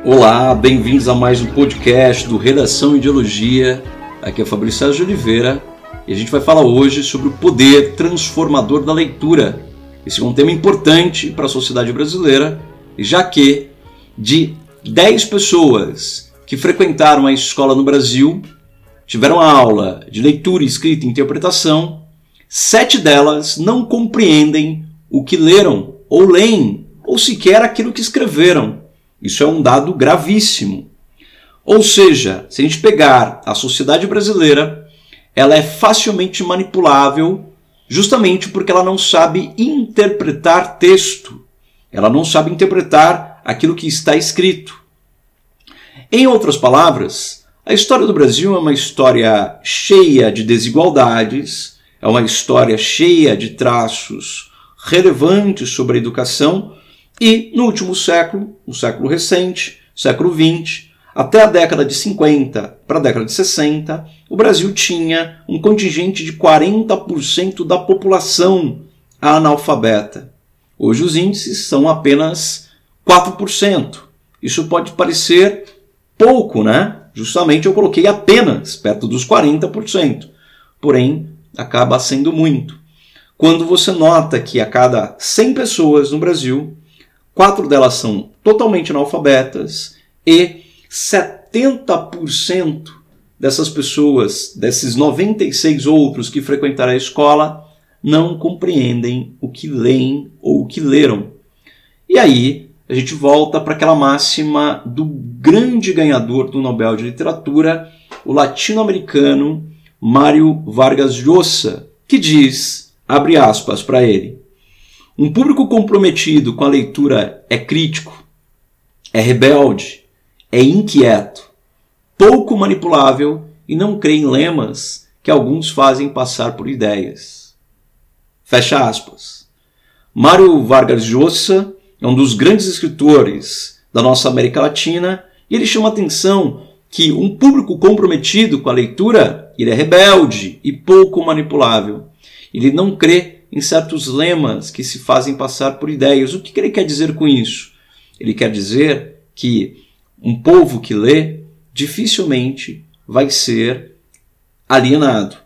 Olá, bem-vindos a mais um podcast do Redação Ideologia. Aqui é Fabrício Sérgio de Oliveira e a gente vai falar hoje sobre o poder transformador da leitura. Esse é um tema importante para a sociedade brasileira, já que de 10 pessoas que frequentaram a escola no Brasil, tiveram a aula de leitura, escrita e interpretação, 7 delas não compreendem o que leram ou leem, ou sequer aquilo que escreveram. Isso é um dado gravíssimo. Ou seja, se a gente pegar a sociedade brasileira, ela é facilmente manipulável justamente porque ela não sabe interpretar texto. Ela não sabe interpretar aquilo que está escrito. Em outras palavras, a história do Brasil é uma história cheia de desigualdades, é uma história cheia de traços relevantes sobre a educação e, no último século, no século recente, século XX, até a década de 50 para a década de 60, o Brasil tinha um contingente de 40% da população analfabeta. Hoje os índices são apenas 4%. Isso pode parecer pouco, né? Justamente eu coloquei apenas perto dos 40%. Porém, acaba sendo muito. Quando você nota que a cada 100 pessoas no Brasil, 4 delas são totalmente analfabetas e 70% dessas pessoas, desses 96 outros que frequentaram a escola, não compreendem o que leem ou o que leram. E aí a gente volta para aquela máxima do grande ganhador do Nobel de Literatura, o latino-americano Mário Vargas Llosa, que diz, abre aspas para ele, um público comprometido com a leitura é crítico, é rebelde, é inquieto, pouco manipulável e não crê em lemas que alguns fazem passar por ideias. Fecha aspas. Mário Vargas Llosa é um dos grandes escritores da nossa América Latina e ele chama a atenção que um público comprometido com a leitura, ele é rebelde e pouco manipulável. Ele não crê em certos lemas que se fazem passar por ideias. O que ele quer dizer com isso? Ele quer dizer que um povo que lê dificilmente vai ser alienado.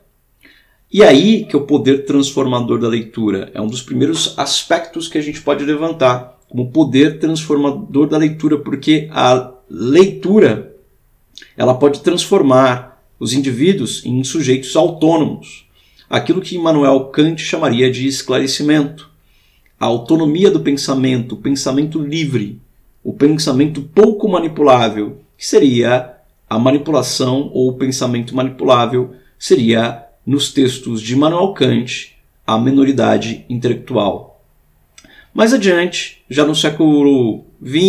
E aí que o poder transformador da leitura é um dos primeiros aspectos que a gente pode levantar como poder transformador da leitura, porque a leitura ela pode transformar os indivíduos em sujeitos autônomos. Aquilo que Immanuel Kant chamaria de esclarecimento. A autonomia do pensamento, o pensamento livre, o pensamento pouco manipulável, que seria a manipulação ou o pensamento manipulável, seria, nos textos de Immanuel Kant, a minoridade intelectual. Mais adiante, já no século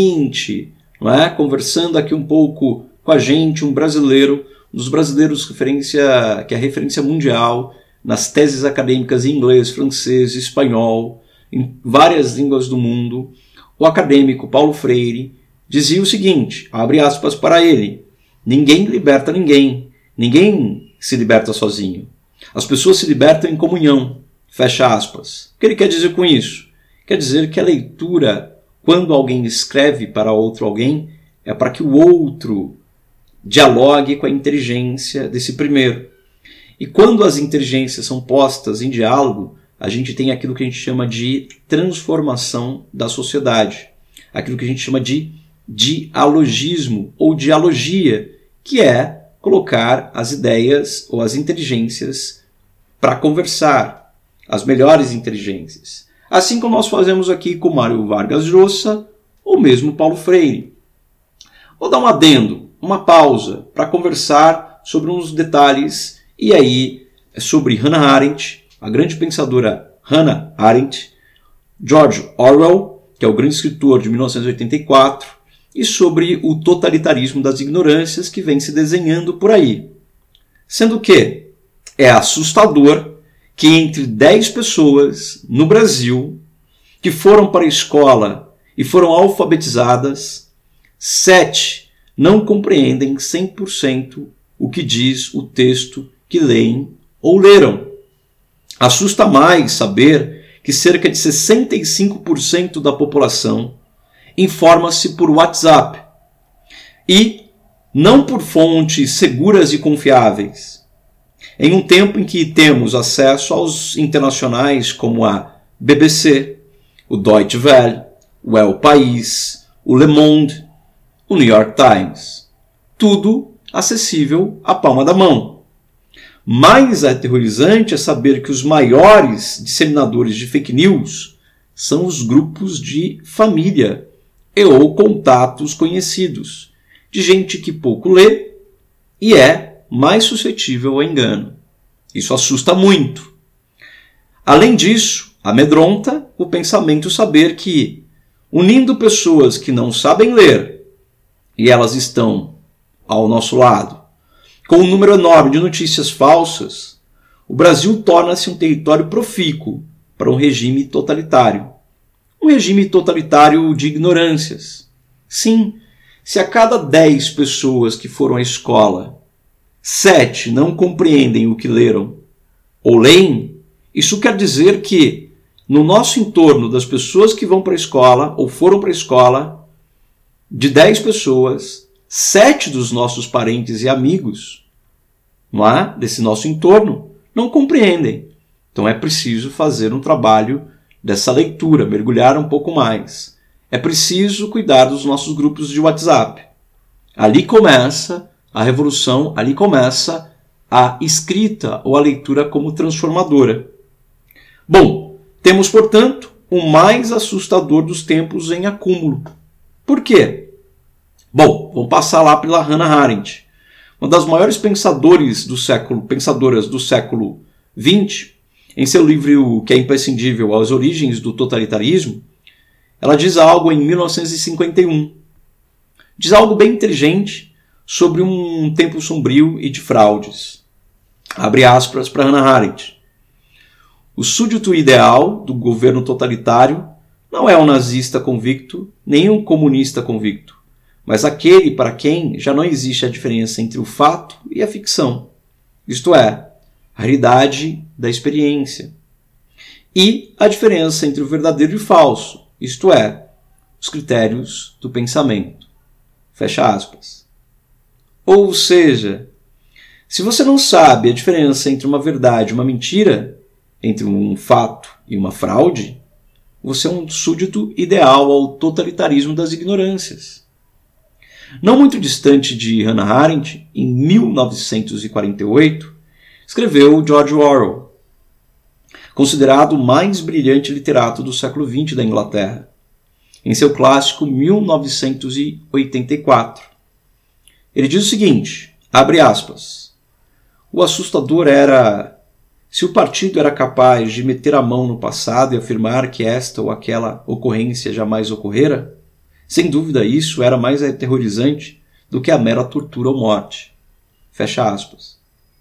XX, conversando aqui um pouco com a gente, um brasileiro, um dos brasileiros que é referência mundial, nas teses acadêmicas em inglês, francês, espanhol, em várias línguas do mundo, o acadêmico Paulo Freire dizia o seguinte, abre aspas para ele, ninguém liberta ninguém, ninguém se liberta sozinho. As pessoas se libertam em comunhão, fecha aspas. O que ele quer dizer com isso? Quer dizer que a leitura, quando alguém escreve para outro alguém, é para que o outro dialogue com a inteligência desse primeiro. E quando as inteligências são postas em diálogo, a gente tem aquilo que a gente chama de transformação da sociedade. Aquilo que a gente chama de dialogismo ou dialogia, que é colocar as ideias ou as inteligências para conversar, as melhores inteligências. Assim como nós fazemos aqui com Mário Vargas Llosa ou mesmo Paulo Freire. Vou dar um adendo, uma pausa, para conversar sobre uns detalhes. E aí, é sobre Hannah Arendt, a grande pensadora Hannah Arendt, George Orwell, que é o grande escritor de 1984, e sobre o totalitarismo das ignorâncias que vem se desenhando por aí. Sendo que é assustador que entre 10 pessoas no Brasil que foram para a escola e foram alfabetizadas, 7 não compreendem 100% o que diz o texto que leem ou leram. Assusta mais saber que cerca de 65% da população informa-se por WhatsApp. e não por fontes seguras e confiáveis. Em um tempo em que temos acesso aos internacionais como a BBC, o Deutsche Welle, o El País, o Le Monde, o New York Times. Tudo acessível à palma da mão. Mais aterrorizante é saber que os maiores disseminadores de fake news são os grupos de família e ou contatos conhecidos, de gente que pouco lê e é mais suscetível ao engano. Isso assusta muito. Além disso, amedronta o pensamento saber que, unindo pessoas que não sabem ler, e elas estão ao nosso lado, com um número enorme de notícias falsas, o Brasil torna-se um território profícuo para um regime totalitário. Um regime totalitário de ignorâncias. Sim, se a cada 10 pessoas que foram à escola, 7 não compreendem o que leram ou leem, isso quer dizer que, no nosso entorno das pessoas que vão para a escola ou foram para a escola, de 10 pessoas, 7 dos nossos parentes e amigos, não é? Desse nosso entorno, não compreendem. Então é preciso fazer um trabalho dessa leitura, mergulhar um pouco mais. É preciso cuidar dos nossos grupos de WhatsApp. Ali começa a revolução, ali começa a escrita ou a leitura como transformadora. Bom, temos, portanto, o mais assustador dos tempos em acúmulo. Por quê? Bom, vamos passar lá pela Hannah Arendt, uma das maiores pensadoras do século XX. Em seu livro que é imprescindível, As Origens do Totalitarismo, ela diz algo em 1951. Diz algo bem inteligente sobre um tempo sombrio e de fraudes. Abre aspas para Hannah Arendt. O súdito ideal do governo totalitário não é um nazista convicto, nem um comunista convicto, mas aquele para quem já não existe a diferença entre o fato e a ficção, isto é, a realidade da experiência, e a diferença entre o verdadeiro e o falso, isto é, os critérios do pensamento. Fecha aspas. Ou seja, se você não sabe a diferença entre uma verdade e uma mentira, entre um fato e uma fraude, você é um súdito ideal ao totalitarismo das ignorâncias. Não muito distante de Hannah Arendt, em 1948, escreveu George Orwell, considerado o mais brilhante literato do século XX da Inglaterra, em seu clássico 1984. Ele diz o seguinte, abre aspas, o assustador era se o partido era capaz de meter a mão no passado e afirmar que esta ou aquela ocorrência jamais ocorrera, sem dúvida isso era mais aterrorizante do que a mera tortura ou morte. Fecha aspas.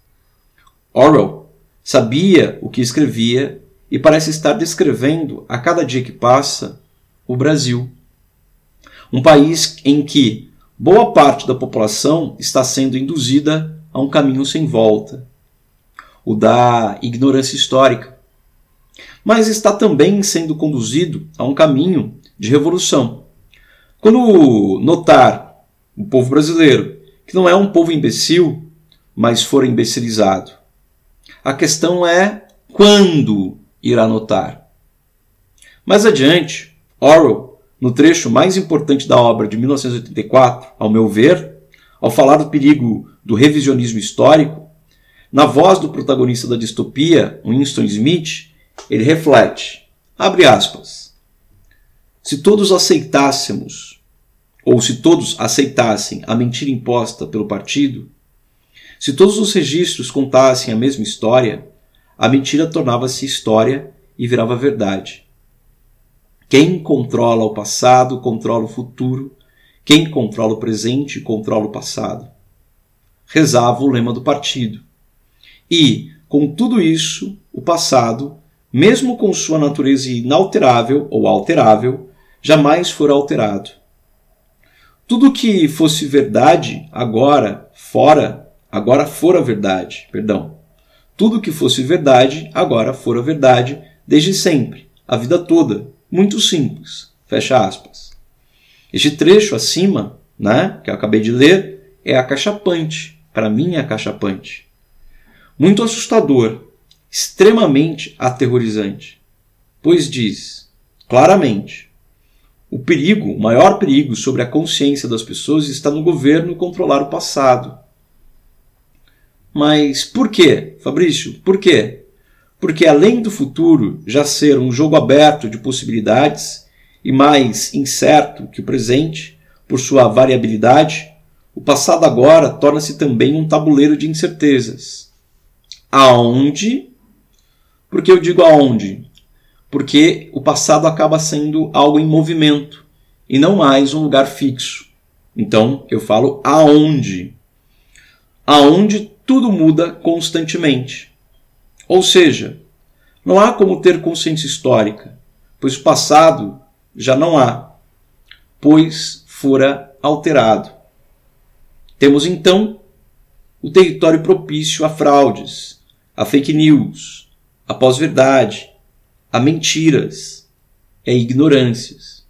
Orwell sabia o que escrevia e parece estar descrevendo, a cada dia que passa, o Brasil. Um país em que boa parte da população está sendo induzida a um caminho sem volta, o da ignorância histórica, mas está também sendo conduzido a um caminho de revolução. Quando notar o povo brasileiro que não é um povo imbecil, mas for imbecilizado, a questão é quando irá notar. Mais adiante, Orwell, no trecho mais importante da obra de 1984, ao meu ver, ao falar do perigo do revisionismo histórico, na voz do protagonista da distopia, Winston Smith, ele reflete, abre aspas, se todos aceitássemos, ou se todos aceitassem a mentira imposta pelo partido, se todos os registros contassem a mesma história, a mentira tornava-se história e virava verdade. Quem controla o passado, controla o futuro. Quem controla o presente, controla o passado. Rezava o lema do partido. E, com tudo isso, o passado, mesmo com sua natureza inalterável ou alterável, jamais fora alterado. Tudo que fosse verdade agora fora verdade, Tudo que fosse verdade agora fora verdade desde sempre, a vida toda, muito simples. Fecha aspas. Este trecho acima né, que eu acabei de ler, é acachapante. Para mim é acachapante. Muito assustador, extremamente aterrorizante. Pois diz, claramente, o maior perigo sobre a consciência das pessoas está no governo controlar o passado. Mas por quê, Fabrício? Por quê? Porque além do futuro já ser um jogo aberto de possibilidades e mais incerto que o presente, por sua variabilidade, o passado agora torna-se também um tabuleiro de incertezas. Aonde? Por que eu digo aonde? Porque o passado acaba sendo algo em movimento e não mais um lugar fixo. Então eu falo aonde. Aonde tudo muda constantemente. Ou seja, não há como ter consciência histórica, pois o passado já não há, pois fora alterado. Temos então o território propício a fraudes, a fake news, a pós-verdade, a mentiras e a ignorâncias.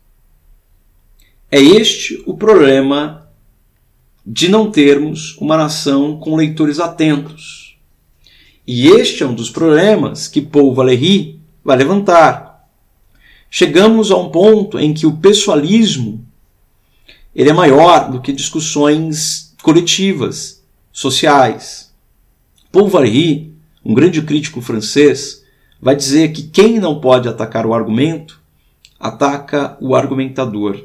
É este o problema de não termos uma nação com leitores atentos. E este é um dos problemas que Paul Valéry vai levantar. Chegamos a um ponto em que o pessoalismo ele é maior do que discussões coletivas, sociais. Paul Valéry, um grande crítico francês, vai dizer que quem não pode atacar o argumento, ataca o argumentador.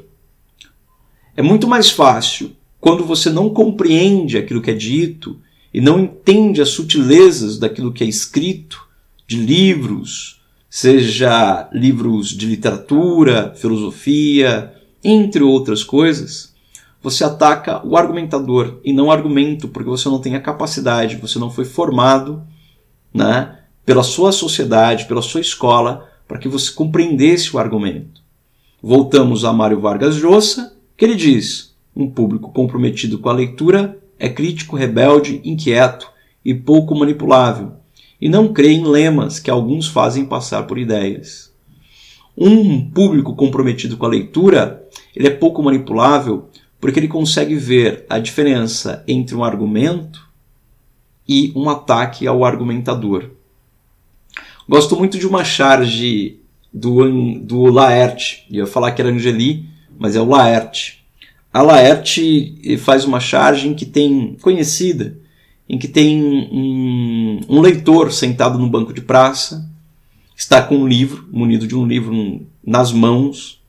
É muito mais fácil quando você não compreende aquilo que é dito e não entende as sutilezas daquilo que é escrito, de livros, seja livros de literatura, filosofia, entre outras coisas, você ataca o argumentador e não o argumento, porque você não tem a capacidade, você não foi formado, né, pela sua sociedade, pela sua escola, para que você compreendesse o argumento. Voltamos a Mário Vargas Llosa, que ele diz: um público comprometido com a leitura é crítico, rebelde, inquieto e pouco manipulável, e não crê em lemas que alguns fazem passar por ideias. Um público comprometido com a leitura, ele é pouco manipulável porque ele consegue ver a diferença entre um argumento e um ataque ao argumentador. Gosto muito de uma charge do Laerte. Ia falar que era Angeli, mas é o Laerte. A Laerte faz uma charge conhecida, em que tem um leitor sentado no banco de praça, está com um livro, munido de um livro nas mãos,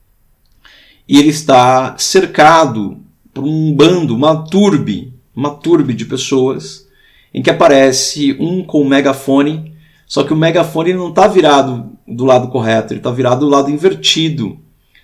e ele está cercado por um bando, uma turbe de pessoas, em que aparece um com um megafone, só que o megafone não está virado do lado correto, ele está virado do lado invertido,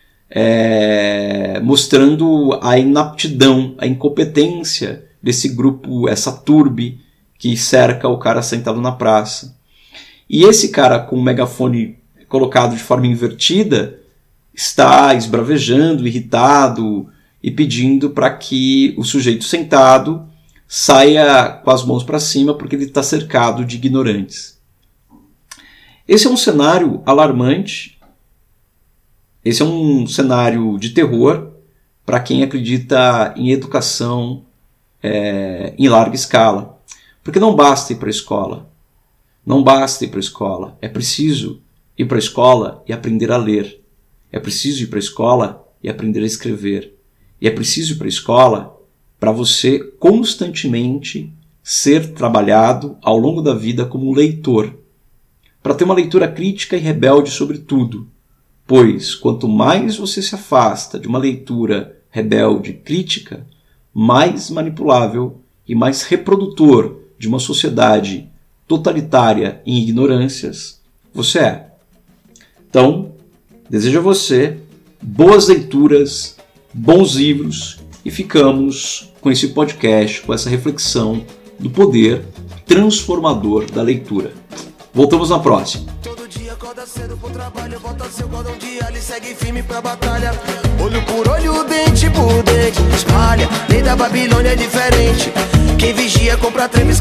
mostrando a inaptidão, a incompetência desse grupo, essa turbe que cerca o cara sentado na praça. E esse cara com o megafone colocado de forma invertida está esbravejando, irritado e pedindo para que o sujeito sentado saia com as mãos para cima porque ele está cercado de ignorantes. Esse é um cenário alarmante, esse é um cenário de terror para quem acredita em educação em larga escala. Porque não basta ir para a escola. Não basta ir para a escola. É preciso ir para a escola e aprender a ler. É preciso ir para a escola e aprender a escrever. E é preciso ir para a escola para você constantemente ser trabalhado ao longo da vida como leitor. Para ter uma leitura crítica e rebelde sobre tudo. Pois quanto mais você se afasta de uma leitura rebelde, crítica, mais manipulável e mais reprodutor de uma sociedade totalitária em ignorâncias você é. Então, desejo a você boas leituras, bons livros e ficamos com esse podcast, com essa reflexão do poder transformador da leitura. Voltamos na próxima. Todo dia acorda cedo pro trabalho, bota seu cordão de alho e segue firme pra batalha. Olho por olho, dente por dente, espalha. Lei da Babilônia é diferente. Quem vigia compra treme.